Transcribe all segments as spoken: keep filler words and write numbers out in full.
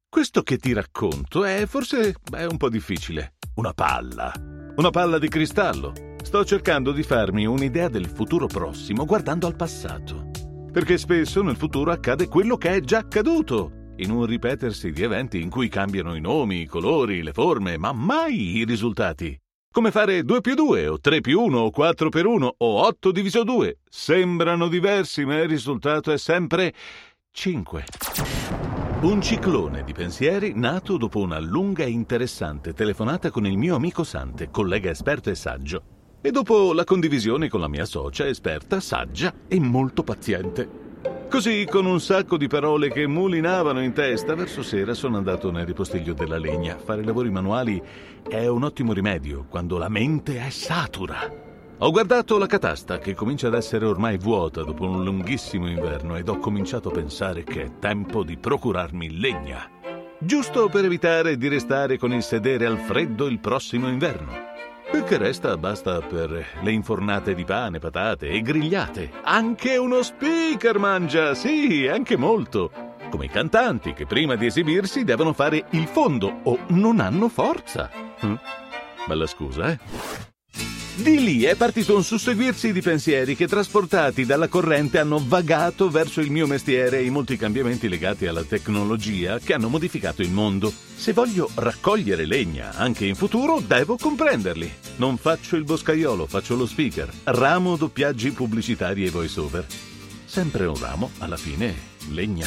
Questo che ti racconto è forse è un po' difficile. Una palla. Una palla di cristallo. Sto cercando di farmi un'idea del futuro prossimo guardando al passato. Perché spesso nel futuro accade quello che è già accaduto, in un ripetersi di eventi in cui cambiano i nomi, i colori, le forme, ma mai i risultati. Come fare due più due, o tre più uno, o quattro per uno, o otto diviso due. Sembrano diversi, ma il risultato è sempre cinque. Un ciclone di pensieri nato dopo una lunga e interessante telefonata con il mio amico Sante, collega esperto e saggio, e dopo la condivisione con la mia socia esperta, saggia e molto paziente. Così, con un sacco di parole che mulinavano in testa, verso sera sono andato nel ripostiglio della legna. Fare lavori manuali è un ottimo rimedio quando la mente è satura. Ho guardato la catasta, che comincia ad essere ormai vuota dopo un lunghissimo inverno, ed ho cominciato a pensare che è tempo di procurarmi legna, giusto per evitare di restare con il sedere al freddo il prossimo inverno. E che resta basta per le infornate di pane, patate e grigliate. Anche uno speaker mangia, sì, anche molto. Come i cantanti che prima di esibirsi devono fare il fondo o non hanno forza. Hm? Bella scusa, eh? Di lì è partito un susseguirsi di pensieri che, trasportati dalla corrente, hanno vagato verso il mio mestiere e i molti cambiamenti legati alla tecnologia che hanno modificato il mondo. Se voglio raccogliere legna anche in futuro, devo comprenderli. Non faccio il boscaiolo, faccio lo speaker. Ramo doppiaggi pubblicitari e voice over. Sempre un ramo, alla fine legna.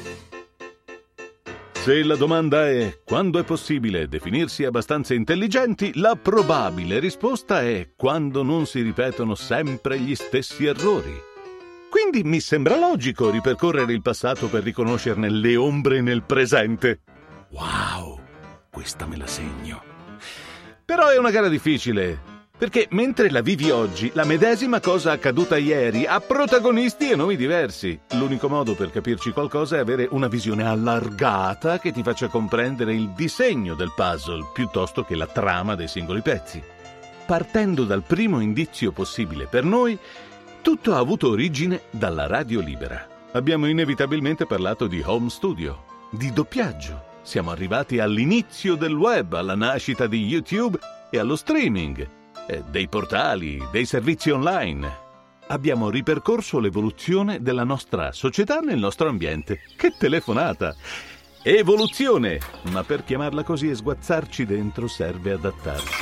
Se la domanda è quando è possibile definirsi abbastanza intelligenti, la probabile risposta è quando non si ripetono sempre gli stessi errori. Quindi mi sembra logico ripercorrere il passato per riconoscerne le ombre nel presente. Wow, questa me la segno. Però è una gara difficile, perché mentre la vivi oggi, la medesima cosa accaduta ieri ha protagonisti e nomi diversi. L'unico modo per capirci qualcosa è avere una visione allargata che ti faccia comprendere il disegno del puzzle piuttosto che la trama dei singoli pezzi. Partendo dal primo indizio possibile per noi, tutto ha avuto origine dalla radio libera. Abbiamo inevitabilmente parlato di home studio, di doppiaggio. Siamo arrivati all'inizio del web, alla nascita di YouTube e allo streaming, dei portali, dei servizi online. Abbiamo ripercorso l'evoluzione della nostra società nel nostro ambiente. Che telefonata! Evoluzione! Ma per chiamarla così e sguazzarci dentro serve adattarsi.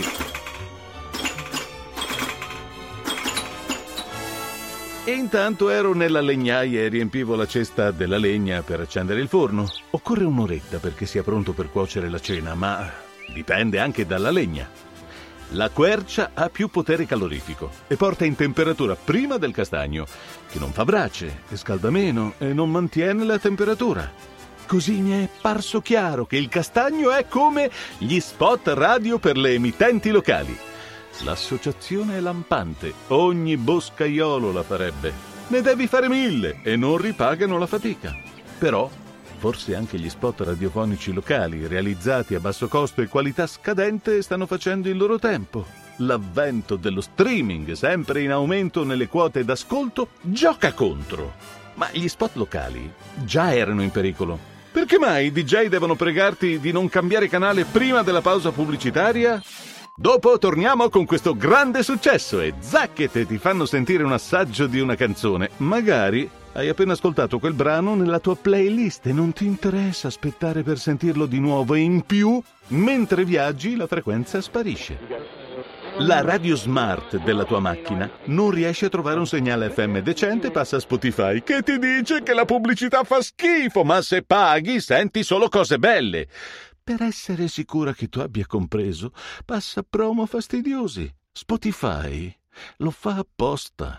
E intanto ero nella legnaia e riempivo la cesta della legna per accendere il forno. Occorre un'oretta perché sia pronto per cuocere la cena, ma dipende anche dalla legna. La quercia ha più potere calorifico e porta in temperatura prima del castagno, che non fa brace e scalda meno e non mantiene la temperatura. Così mi è parso chiaro che il castagno è come gli spot radio per le emittenti locali. L'associazione è lampante, ogni boscaiolo la farebbe. Ne devi fare mille e non ripagano la fatica. Però forse anche gli spot radiofonici locali, realizzati a basso costo e qualità scadente, stanno facendo il loro tempo. L'avvento dello streaming, sempre in aumento nelle quote d'ascolto, gioca contro. Ma gli spot locali già erano in pericolo. Perché mai i D J devono pregarti di non cambiare canale prima della pausa pubblicitaria? Dopo torniamo con questo grande successo e zacchete ti fanno sentire un assaggio di una canzone. Magari hai appena ascoltato quel brano nella tua playlist e non ti interessa aspettare per sentirlo di nuovo, e in più, mentre viaggi, la frequenza sparisce. La radio smart della tua macchina non riesce a trovare un segnale F M decente, passa a Spotify che ti dice che la pubblicità fa schifo, ma se paghi senti solo cose belle. Per essere sicura che tu abbia compreso, passa promo fastidiosi. Spotify lo fa apposta.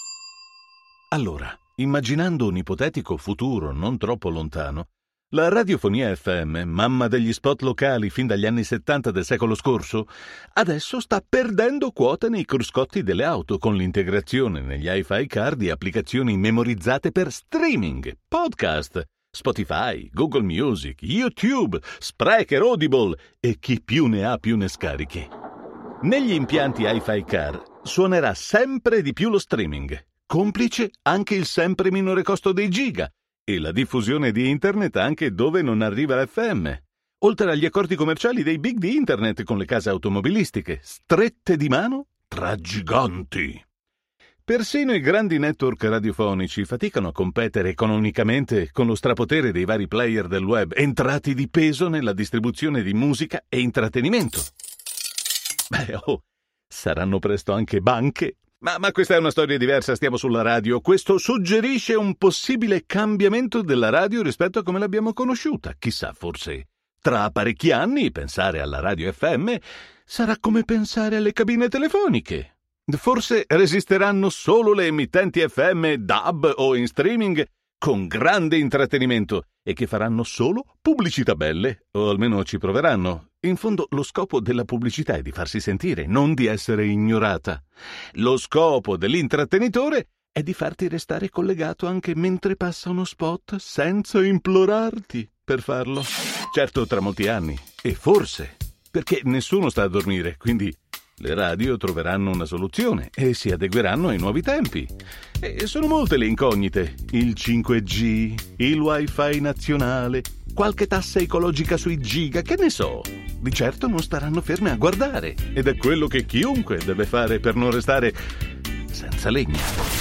Allora, immaginando un ipotetico futuro non troppo lontano, la radiofonia F M, mamma degli spot locali fin dagli anni settanta del secolo scorso, adesso sta perdendo quota nei cruscotti delle auto con l'integrazione negli hi-fi car di applicazioni memorizzate per streaming, podcast, Spotify, Google Music, YouTube, Spreaker, Audible e chi più ne ha più ne scarichi. Negli impianti hi-fi car suonerà sempre di più lo streaming, complice anche il sempre minore costo dei giga, e la diffusione di Internet anche dove non arriva l'F M. Oltre agli accordi commerciali dei big di Internet con le case automobilistiche, strette di mano tra giganti. Persino i grandi network radiofonici faticano a competere economicamente con lo strapotere dei vari player del web, entrati di peso nella distribuzione di musica e intrattenimento. Beh, oh, saranno presto anche banche. Ma, ma questa è una storia diversa, stiamo sulla radio. Questo suggerisce un possibile cambiamento della radio rispetto a come l'abbiamo conosciuta. Chissà, forse tra parecchi anni pensare alla radio F M sarà come pensare alle cabine telefoniche. Forse resisteranno solo le emittenti F M D A B o in streaming con grande intrattenimento e che faranno solo pubblicità belle, o almeno ci proveranno. In fondo lo scopo della pubblicità è di farsi sentire, non di essere ignorata. Lo scopo dell'intrattenitore è di farti restare collegato anche mentre passa uno spot senza implorarti per farlo. Certo, tra molti anni, e forse, perché nessuno sta a dormire, quindi le radio troveranno una soluzione e si adegueranno ai nuovi tempi. E sono molte le incognite. Il cinque G, il wifi nazionale, qualche tassa ecologica sui giga, che ne so. Di certo non staranno ferme a guardare. Ed è quello che chiunque deve fare per non restare senza legna.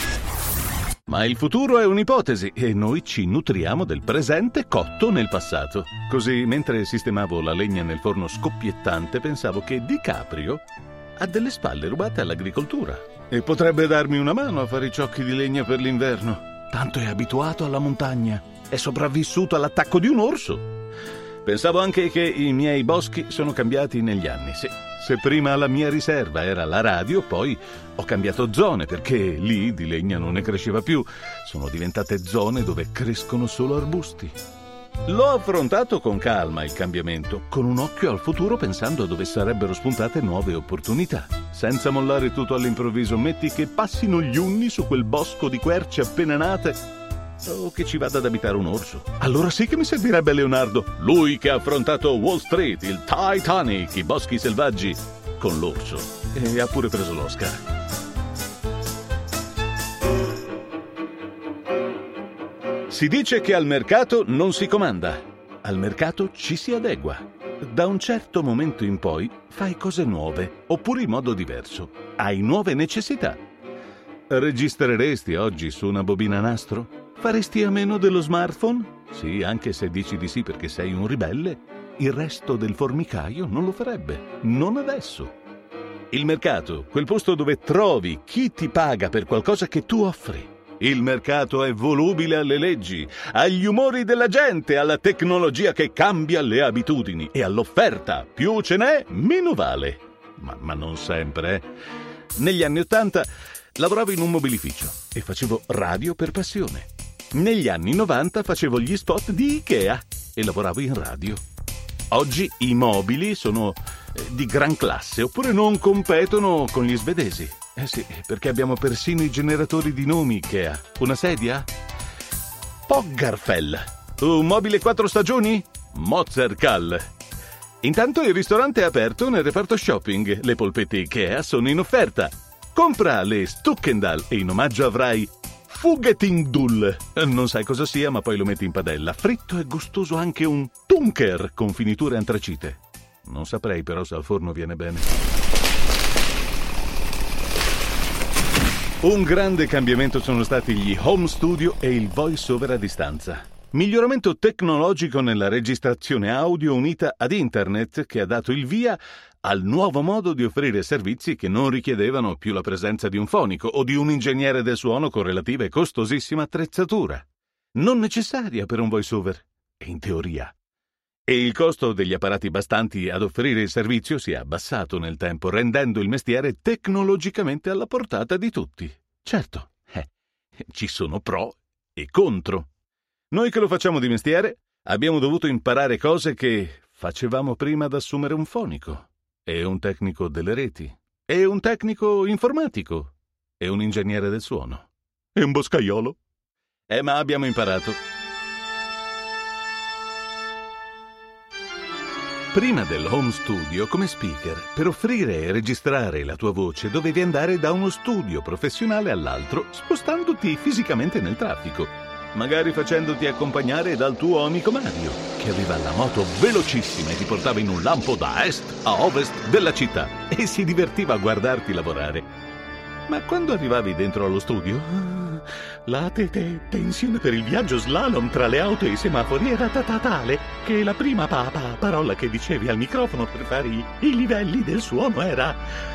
Ma il futuro è un'ipotesi e noi ci nutriamo del presente cotto nel passato. Così, mentre sistemavo la legna nel forno scoppiettante, pensavo che DiCaprio ha delle spalle rubate all'agricoltura e potrebbe darmi una mano a fare i ciocchi di legna per l'inverno. Tanto è abituato alla montagna, è sopravvissuto all'attacco di un orso. Pensavo anche che i miei boschi sono cambiati negli anni. Se, se prima la mia riserva era la radio, poi ho cambiato zone perché lì di legna non ne cresceva più. Sono diventate zone dove crescono solo arbusti. L'ho affrontato con calma il cambiamento, con un occhio al futuro pensando a dove sarebbero spuntate nuove opportunità. Senza mollare tutto all'improvviso, metti che passino gli unni su quel bosco di querce appena nate o che ci vada ad abitare un orso. Allora sì che mi servirebbe Leonardo, lui che ha affrontato Wall Street, il Titanic, i boschi selvaggi con l'orso e ha pure preso l'Oscar. Si dice che al mercato non si comanda, al mercato ci si adegua. Da un certo momento in poi fai cose nuove, oppure in modo diverso. Hai nuove necessità. Registreresti oggi su una bobina nastro? Faresti a meno dello smartphone? Sì, anche se dici di sì perché sei un ribelle, il resto del formicaio non lo farebbe. Non adesso. Il mercato, quel posto dove trovi chi ti paga per qualcosa che tu offri. Il mercato è volubile alle leggi, agli umori della gente, alla tecnologia che cambia le abitudini e all'offerta. Più ce n'è, meno vale. Ma, ma non sempre, eh. Negli anni Ottanta lavoravo in un mobilificio e facevo radio per passione. Negli anni novanta facevo gli spot di Ikea e lavoravo in radio. Oggi i mobili sono di gran classe oppure non competono con gli svedesi. Eh sì, perché abbiamo persino i generatori di nomi Ikea. Una sedia? Poggarfell. Un mobile quattro stagioni? Mozerkall. Intanto il ristorante è aperto nel reparto shopping. Le polpette Ikea sono in offerta. Compra le Stuckendal e in omaggio avrai Fugetingdull. Non sai cosa sia, ma poi lo metti in padella. Fritto e gustoso anche un Tunker con finiture antracite. Non saprei però se al forno viene bene. Un grande cambiamento sono stati gli home studio e il voice over a distanza. Miglioramento tecnologico nella registrazione audio unita ad internet che ha dato il via al nuovo modo di offrire servizi che non richiedevano più la presenza di un fonico o di un ingegnere del suono con relativa e costosissima attrezzatura. Non necessaria per un voice over, in teoria. E il costo degli apparati bastanti ad offrire il servizio si è abbassato nel tempo, rendendo il mestiere tecnologicamente alla portata di tutti. Certo, eh, ci sono pro e contro. Noi che lo facciamo di mestiere abbiamo dovuto imparare cose che facevamo prima ad assumere un fonico, e un tecnico delle reti, e un tecnico informatico, e un ingegnere del suono, e un boscaiolo. Eh, ma abbiamo imparato. Prima dell'home studio, come speaker, per offrire e registrare la tua voce dovevi andare da uno studio professionale all'altro, spostandoti fisicamente nel traffico. magari facendoti accompagnare dal tuo amico Mario, che aveva la moto velocissima e ti portava in un lampo da est a ovest della città e si divertiva a guardarti lavorare. Ma quando arrivavi dentro allo studio, la te- te- tensione per il viaggio slalom tra le auto e i semafori era ta- tale che la prima pa- pa- parola che dicevi al microfono per fare i, i livelli del suono era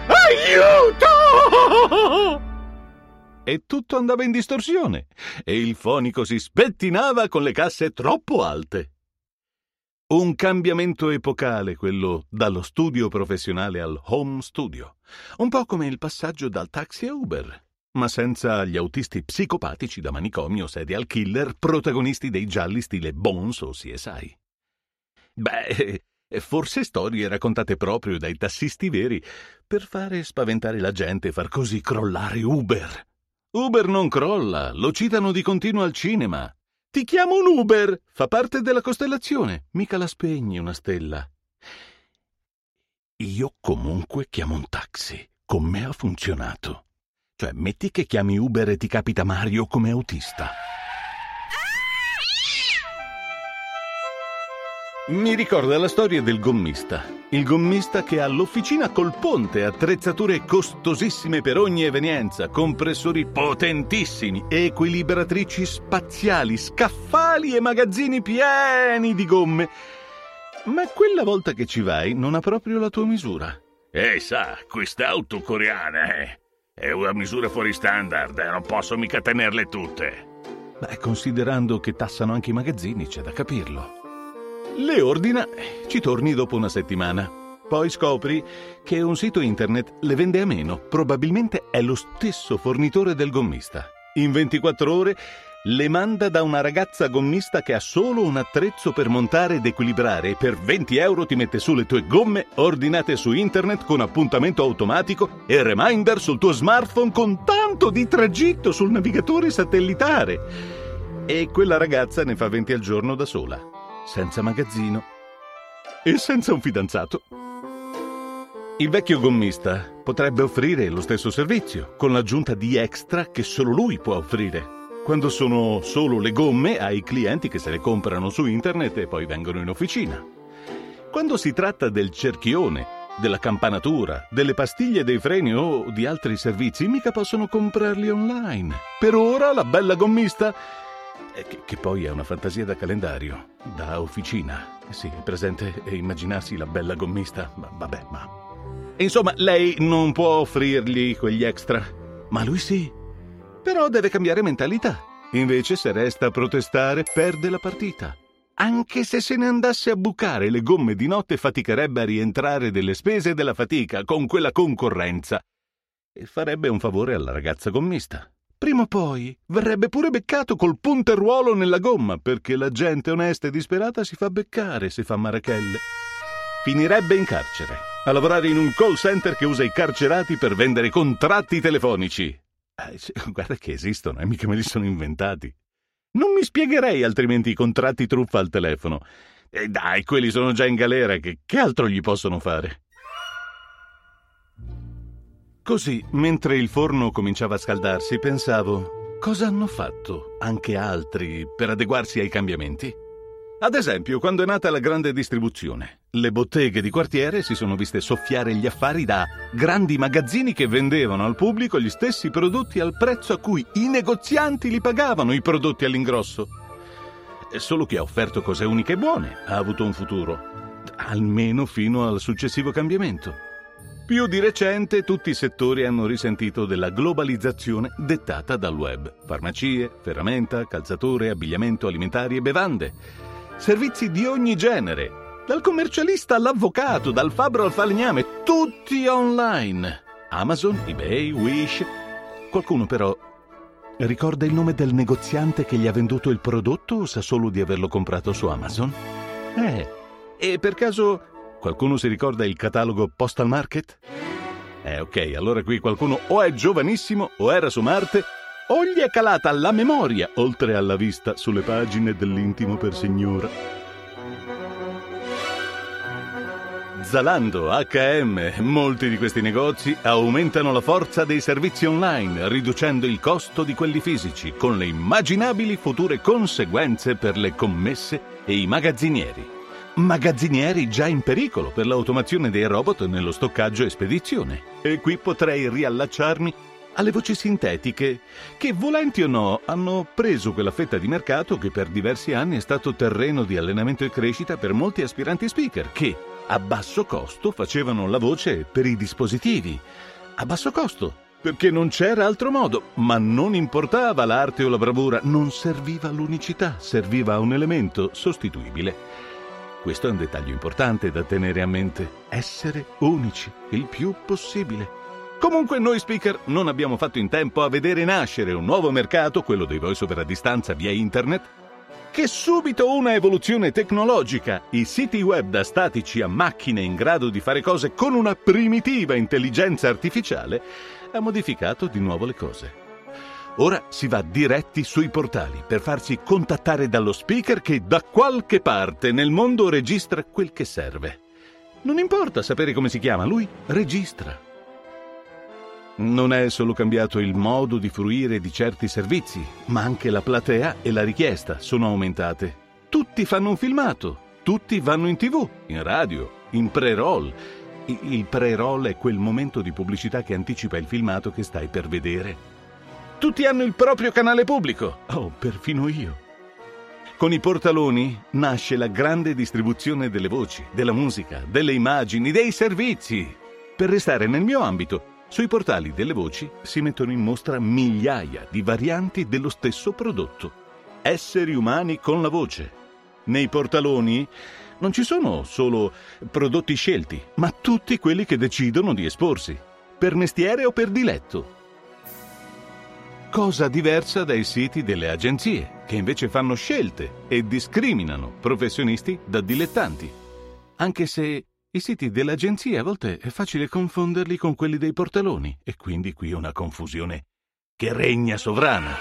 aiuto! E tutto andava in distorsione e il fonico si spettinava con le casse troppo alte. Un cambiamento epocale, quello dallo studio professionale al home studio. Un po' come il passaggio dal taxi a Uber, ma senza gli autisti psicopatici da manicomio serial killer protagonisti dei gialli stile Bones o C S I. Beh, forse storie raccontate proprio dai tassisti veri per fare spaventare la gente e far così crollare Uber. Uber non crolla, lo citano di continuo al cinema. Ti chiamo un Uber, fa parte della costellazione, mica la spegni una stella. Io comunque chiamo un taxi, con me ha funzionato. Cioè, metti che chiami Uber e ti capita Mario come autista. Mi ricorda la storia del gommista. Il gommista che ha l'officina col ponte, attrezzature costosissime per ogni evenienza, compressori potentissimi, equilibratrici spaziali, scaffali e magazzini pieni di gomme. Ma quella volta che ci vai non ha proprio la tua misura. Eh, sa, quest'auto coreana eh, è una misura fuori standard, eh, non posso mica tenerle tutte. Beh, considerando che tassano anche i magazzini, c'è da capirlo. Le ordina, ci torni dopo una settimana. Poi scopri che un sito internet le vende a meno. Probabilmente è lo stesso fornitore del gommista. In ventiquattro ore le manda da una ragazza gommista che ha solo un attrezzo per montare ed equilibrare e per venti euro ti mette su le tue gomme ordinate su internet con appuntamento automatico e reminder sul tuo smartphone con tanto di tragitto sul navigatore satellitare. E quella ragazza ne fa venti al giorno da sola. Senza magazzino e senza un fidanzato. Il vecchio gommista potrebbe offrire lo stesso servizio, con l'aggiunta di extra che solo lui può offrire. Quando sono solo le gomme ai clienti che se le comprano su internet e poi vengono in officina. Quando si tratta del cerchione, della campanatura, delle pastiglie dei freni o di altri servizi, mica possono comprarli online. Per ora la bella gommista... Che, che poi è una fantasia da calendario, da officina. Sì, è presente e immaginarsi la bella gommista, ma vabbè, ma... Insomma, lei non può offrirgli quegli extra, ma lui sì. Però deve cambiare mentalità. Invece, se resta a protestare, perde la partita. Anche se se ne andasse a bucare le gomme di notte, faticherebbe a rientrare delle spese della fatica con quella concorrenza. E farebbe un favore alla ragazza gommista. Prima o poi verrebbe pure beccato col punteruolo nella gomma, perché la gente onesta e disperata si fa beccare se fa marachelle. Finirebbe in carcere, a lavorare in un call center che usa i carcerati per vendere contratti telefonici. Eh, guarda che esistono, eh, mica me li sono inventati. Non mi spiegherei altrimenti i contratti truffa al telefono. E dai, quelli sono già in galera, che, che altro gli possono fare? Così, mentre il forno cominciava a scaldarsi, pensavo, cosa hanno fatto anche altri per adeguarsi ai cambiamenti? Ad esempio, quando è nata la grande distribuzione, le botteghe di quartiere si sono viste soffiare gli affari da grandi magazzini che vendevano al pubblico gli stessi prodotti al prezzo a cui i negozianti li pagavano, i prodotti all'ingrosso. Solo chi ha offerto cose uniche e buone ha avuto un futuro, almeno fino al successivo cambiamento. Più di recente tutti i settori hanno risentito della globalizzazione dettata dal web. Farmacie, ferramenta, calzature, abbigliamento, alimentari e bevande. Servizi di ogni genere, dal commercialista all'avvocato, dal fabbro al falegname, tutti online. Amazon, eBay, Wish. Qualcuno però ricorda il nome del negoziante che gli ha venduto il prodotto o sa solo di averlo comprato su Amazon? Eh, e per caso... Qualcuno si ricorda il catalogo Postal Market? Eh, ok, allora qui qualcuno o è giovanissimo o era su Marte o gli è calata la memoria, oltre alla vista, sulle pagine dell'Intimo per Signora. Zalando, acca e emme, molti di questi negozi aumentano la forza dei servizi online, riducendo il costo di quelli fisici, con le immaginabili future conseguenze per le commesse e i magazzinieri. Magazzinieri già in pericolo per l'automazione dei robot nello stoccaggio e spedizione. E qui potrei riallacciarmi alle voci sintetiche che, volenti o no, hanno preso quella fetta di mercato che per diversi anni è stato terreno di allenamento e crescita per molti aspiranti speaker che, a basso costo, facevano la voce per i dispositivi. A basso costo, perché non c'era altro modo, ma non importava l'arte o la bravura, non serviva l'unicità, serviva un elemento sostituibile. Questo è un dettaglio importante da tenere a mente, essere unici, il più possibile. Comunque noi speaker non abbiamo fatto in tempo a vedere nascere un nuovo mercato, quello dei voice over a distanza via internet, che subito una evoluzione tecnologica, i siti web da statici a macchine in grado di fare cose con una primitiva intelligenza artificiale, ha modificato di nuovo le cose. Ora si va diretti sui portali per farsi contattare dallo speaker che da qualche parte nel mondo registra quel che serve. Non importa sapere come si chiama, lui registra. Non è solo cambiato il modo di fruire di certi servizi, ma anche la platea e la richiesta sono aumentate. Tutti fanno un filmato, tutti vanno in tivù, in radio, in pre-roll. Il pre-roll è quel momento di pubblicità che anticipa il filmato che stai per vedere. Tutti hanno il proprio canale pubblico. Oh, perfino io. Con i portaloni nasce la grande distribuzione delle voci, della musica, delle immagini, dei servizi. Per restare nel mio ambito, sui portali delle voci si mettono in mostra migliaia di varianti dello stesso prodotto. Esseri umani con la voce. Nei portaloni non ci sono solo prodotti scelti, ma tutti quelli che decidono di esporsi, per mestiere o per diletto. Cosa diversa dai siti delle agenzie, che invece fanno scelte e discriminano professionisti da dilettanti. Anche se i siti delle agenzie a volte è facile confonderli con quelli dei portaloni, e quindi qui una confusione che regna sovrana.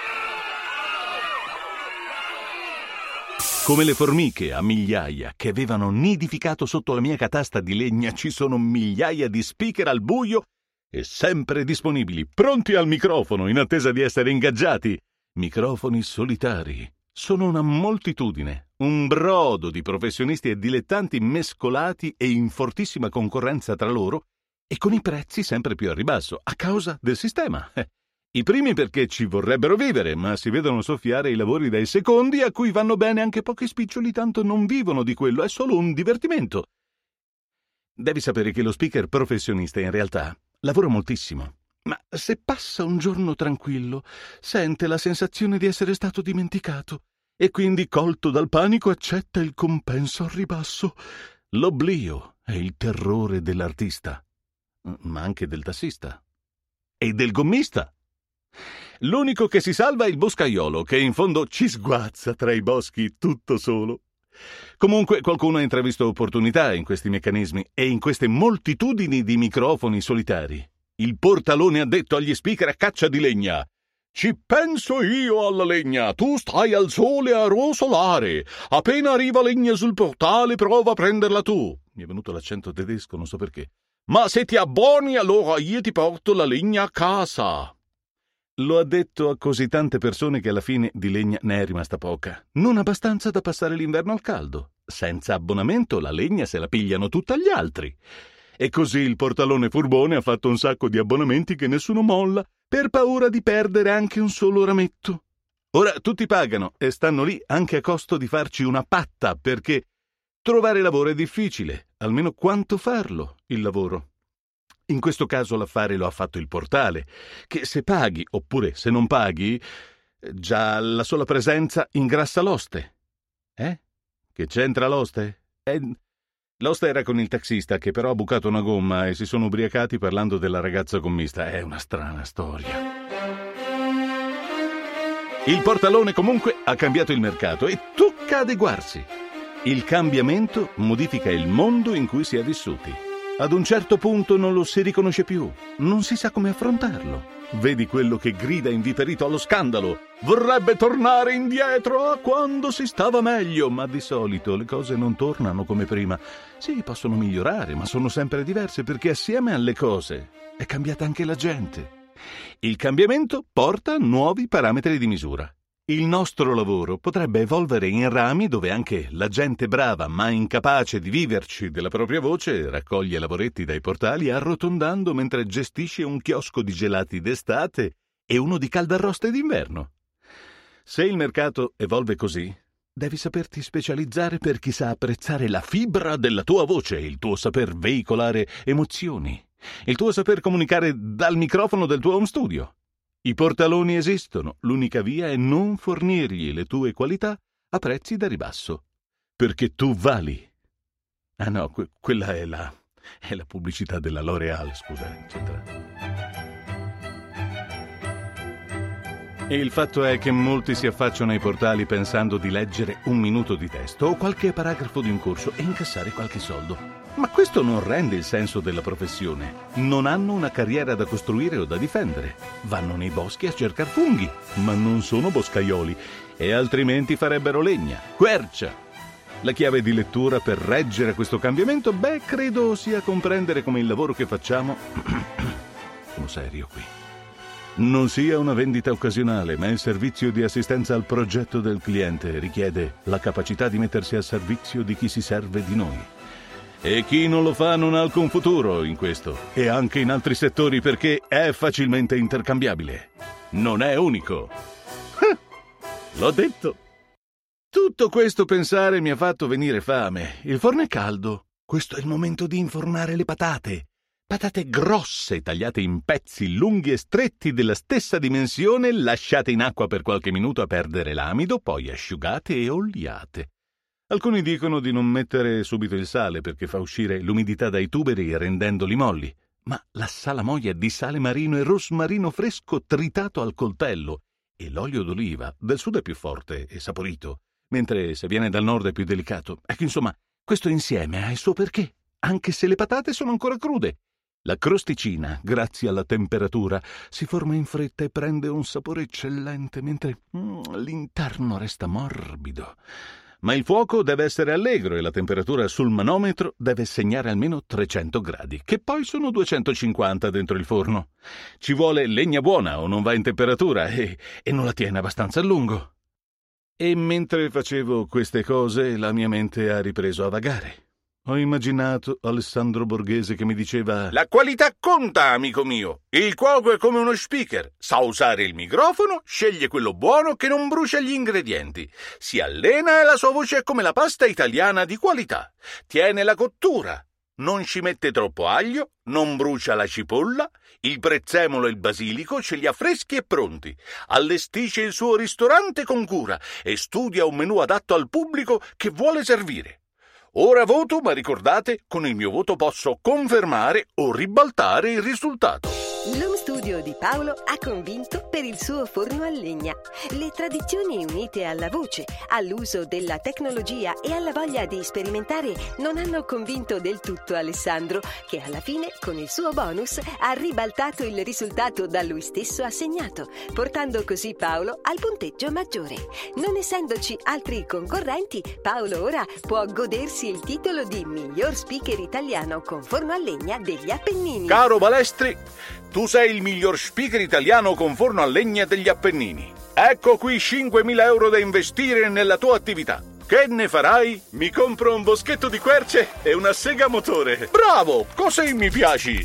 Come le formiche a migliaia che avevano nidificato sotto la mia catasta di legna, ci sono migliaia di speaker al buio e sempre disponibili, pronti al microfono in attesa di essere ingaggiati. Microfoni solitari. Sono una moltitudine, un brodo di professionisti e dilettanti mescolati e in fortissima concorrenza tra loro e con i prezzi sempre più a ribasso a causa del sistema. I primi perché ci vorrebbero vivere, ma si vedono soffiare i lavori dai secondi a cui vanno bene anche pochi spiccioli, tanto non vivono di quello, è solo un divertimento. Devi sapere che lo speaker professionista in realtà lavora moltissimo. Ma se passa un giorno tranquillo, sente la sensazione di essere stato dimenticato e quindi, colto dal panico, accetta il compenso al ribasso. L'oblio è il terrore dell'artista, ma anche del tassista e del gommista. L'unico che si salva è il boscaiolo, che in fondo ci sguazza tra i boschi tutto solo. Comunque qualcuno ha intravisto opportunità in questi meccanismi e in queste moltitudini di microfoni solitari. Il portalone ha detto agli speaker a caccia di legna: «Ci penso io alla legna, tu stai al sole a rosolare. Appena arriva legna sul portale, prova a prenderla tu». Mi è venuto l'accento tedesco, non so perché. «Ma se ti abboni, allora io ti porto la legna a casa». Lo ha detto a così tante persone che alla fine di legna ne è rimasta poca. Non abbastanza da passare l'inverno al caldo. Senza abbonamento la legna se la pigliano tutta gli altri. E così il portalone furbone ha fatto un sacco di abbonamenti che nessuno molla, per paura di perdere anche un solo rametto. Ora tutti pagano e stanno lì anche a costo di farci una patta, perché trovare lavoro è difficile, almeno quanto farlo, il lavoro. In questo caso l'affare lo ha fatto il portale, che se paghi oppure se non paghi, già la sola presenza ingrassa l'oste. Eh? Che c'entra l'oste? Eh... L'oste era con il taxista, che però ha bucato una gomma e si sono ubriacati parlando della ragazza gommista. È una strana storia. Il portalone comunque ha cambiato il mercato e tocca adeguarsi. Il cambiamento modifica il mondo in cui si è vissuti. Ad un certo punto non lo si riconosce più, non si sa come affrontarlo. Vedi quello che grida inviperito allo scandalo. Vorrebbe tornare indietro a quando si stava meglio, ma di solito le cose non tornano come prima. Sì, possono migliorare, ma sono sempre diverse perché assieme alle cose è cambiata anche la gente. Il cambiamento porta nuovi parametri di misura. Il nostro lavoro potrebbe evolvere in rami dove anche la gente brava ma incapace di viverci della propria voce raccoglie lavoretti dai portali arrotondando mentre gestisce un chiosco di gelati d'estate e uno di caldarroste d'inverno. Se il mercato evolve così, devi saperti specializzare per chi sa apprezzare la fibra della tua voce, il tuo saper veicolare emozioni, il tuo saper comunicare dal microfono del tuo home studio. I portaloni esistono, l'unica via è non fornirgli le tue qualità a prezzi da ribasso, perché tu vali. Ah no, que- quella è la, è la pubblicità della L'Oréal, scusa, eccetera. E il fatto è che molti si affacciano ai portali pensando di leggere un minuto di testo o qualche paragrafo di un corso e incassare qualche soldo. Ma questo non rende il senso della professione. Non hanno una carriera da costruire o da difendere. Vanno nei boschi a cercare funghi, ma non sono boscaioli, e altrimenti farebbero legna, quercia. La chiave di lettura per reggere questo cambiamento, beh, credo sia comprendere come il lavoro che facciamo... sono serio qui. Non sia una vendita occasionale, ma il servizio di assistenza al progetto del cliente richiede la capacità di mettersi al servizio di chi si serve di noi. E chi non lo fa non ha alcun futuro in questo, e anche in altri settori perché è facilmente intercambiabile. Non è unico. Ah, l'ho detto. Tutto questo pensare mi ha fatto venire fame. Il forno è caldo. Questo è il momento di infornare le patate. Patate grosse, tagliate in pezzi lunghi e stretti della stessa dimensione, lasciate in acqua per qualche minuto a perdere l'amido, poi asciugate e oliate. Alcuni dicono di non mettere subito il sale perché fa uscire l'umidità dai tuberi rendendoli molli, ma la salamoia di sale marino e rosmarino fresco tritato al coltello e l'olio d'oliva del sud è più forte e saporito, mentre se viene dal nord è più delicato. Ecco, insomma, questo insieme ha il suo perché, anche se le patate sono ancora crude. La crosticina, grazie alla temperatura, si forma in fretta e prende un sapore eccellente, mentre mm, l'interno resta morbido. Ma il fuoco deve essere allegro e la temperatura sul manometro deve segnare almeno trecento gradi, che poi sono duecentocinquanta dentro il forno. Ci vuole legna buona o non va in temperatura e, e non la tiene abbastanza a lungo. E mentre facevo queste cose, la mia mente ha ripreso a vagare. Ho immaginato Alessandro Borghese che mi diceva: la qualità conta, amico mio. Il cuoco è come uno speaker. Sa usare il microfono, sceglie quello buono che non brucia gli ingredienti. Si allena e la sua voce è come la pasta italiana di qualità. Tiene la cottura. Non ci mette troppo aglio, non brucia la cipolla, il prezzemolo e il basilico ce li ha freschi e pronti. Allestisce il suo ristorante con cura e studia un menù adatto al pubblico che vuole servire. Ora voto, ma ricordate, con il mio voto posso confermare o ribaltare il risultato. L'home studio di Paolo ha convinto per il suo forno a legna. Le tradizioni unite alla voce, all'uso della tecnologia e alla voglia di sperimentare non hanno convinto del tutto Alessandro, che alla fine, con il suo bonus, ha ribaltato il risultato da lui stesso assegnato, portando così Paolo al punteggio maggiore. Non essendoci altri concorrenti, Paolo ora può godersi il titolo di miglior speaker italiano con forno a legna degli Appennini. Caro Balestri, tu sei il miglior speaker italiano con forno a legna degli Appennini. Ecco qui cinquemila euro da investire nella tua attività. Che ne farai? Mi compro un boschetto di querce e una sega a motore. Bravo! Così mi piaci!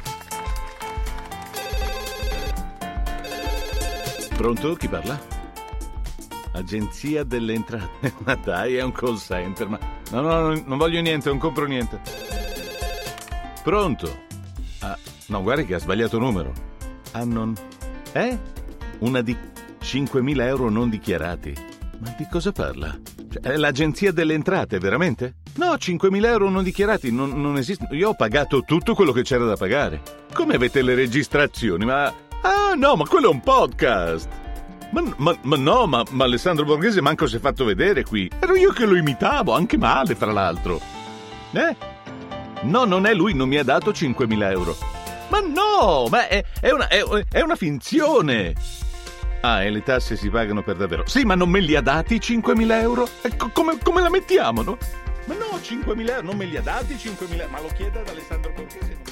Pronto? Chi parla? Agenzia delle entrate. Ma dai, è un call center. Ma no, no, no, non voglio niente, non compro niente. Pronto? Ah, no, guardi che ha sbagliato numero. Ah, non... Eh? Una di cinquemila euro non dichiarati. Ma di cosa parla? Cioè, è l'agenzia delle entrate, veramente? No, cinquemila euro non dichiarati, non, non esiste. Io ho pagato tutto quello che c'era da pagare. Come avete le registrazioni? Ma... Ah, no, ma quello è un podcast! Ma, ma, ma no, ma, ma Alessandro Borghese manco si è fatto vedere qui. Ero io che lo imitavo, anche male, fra l'altro. Eh? No, non è lui, non mi ha dato cinquemila euro. Ma no, ma è, è, una, è, è una finzione. Ah, e le tasse si pagano per davvero. Sì, ma non me li ha dati cinquemila euro? Ecco, come, come la mettiamo, no? Ma no, cinquemila euro, non me li ha dati cinquemila euro? Ma lo chiede ad Alessandro Borghese.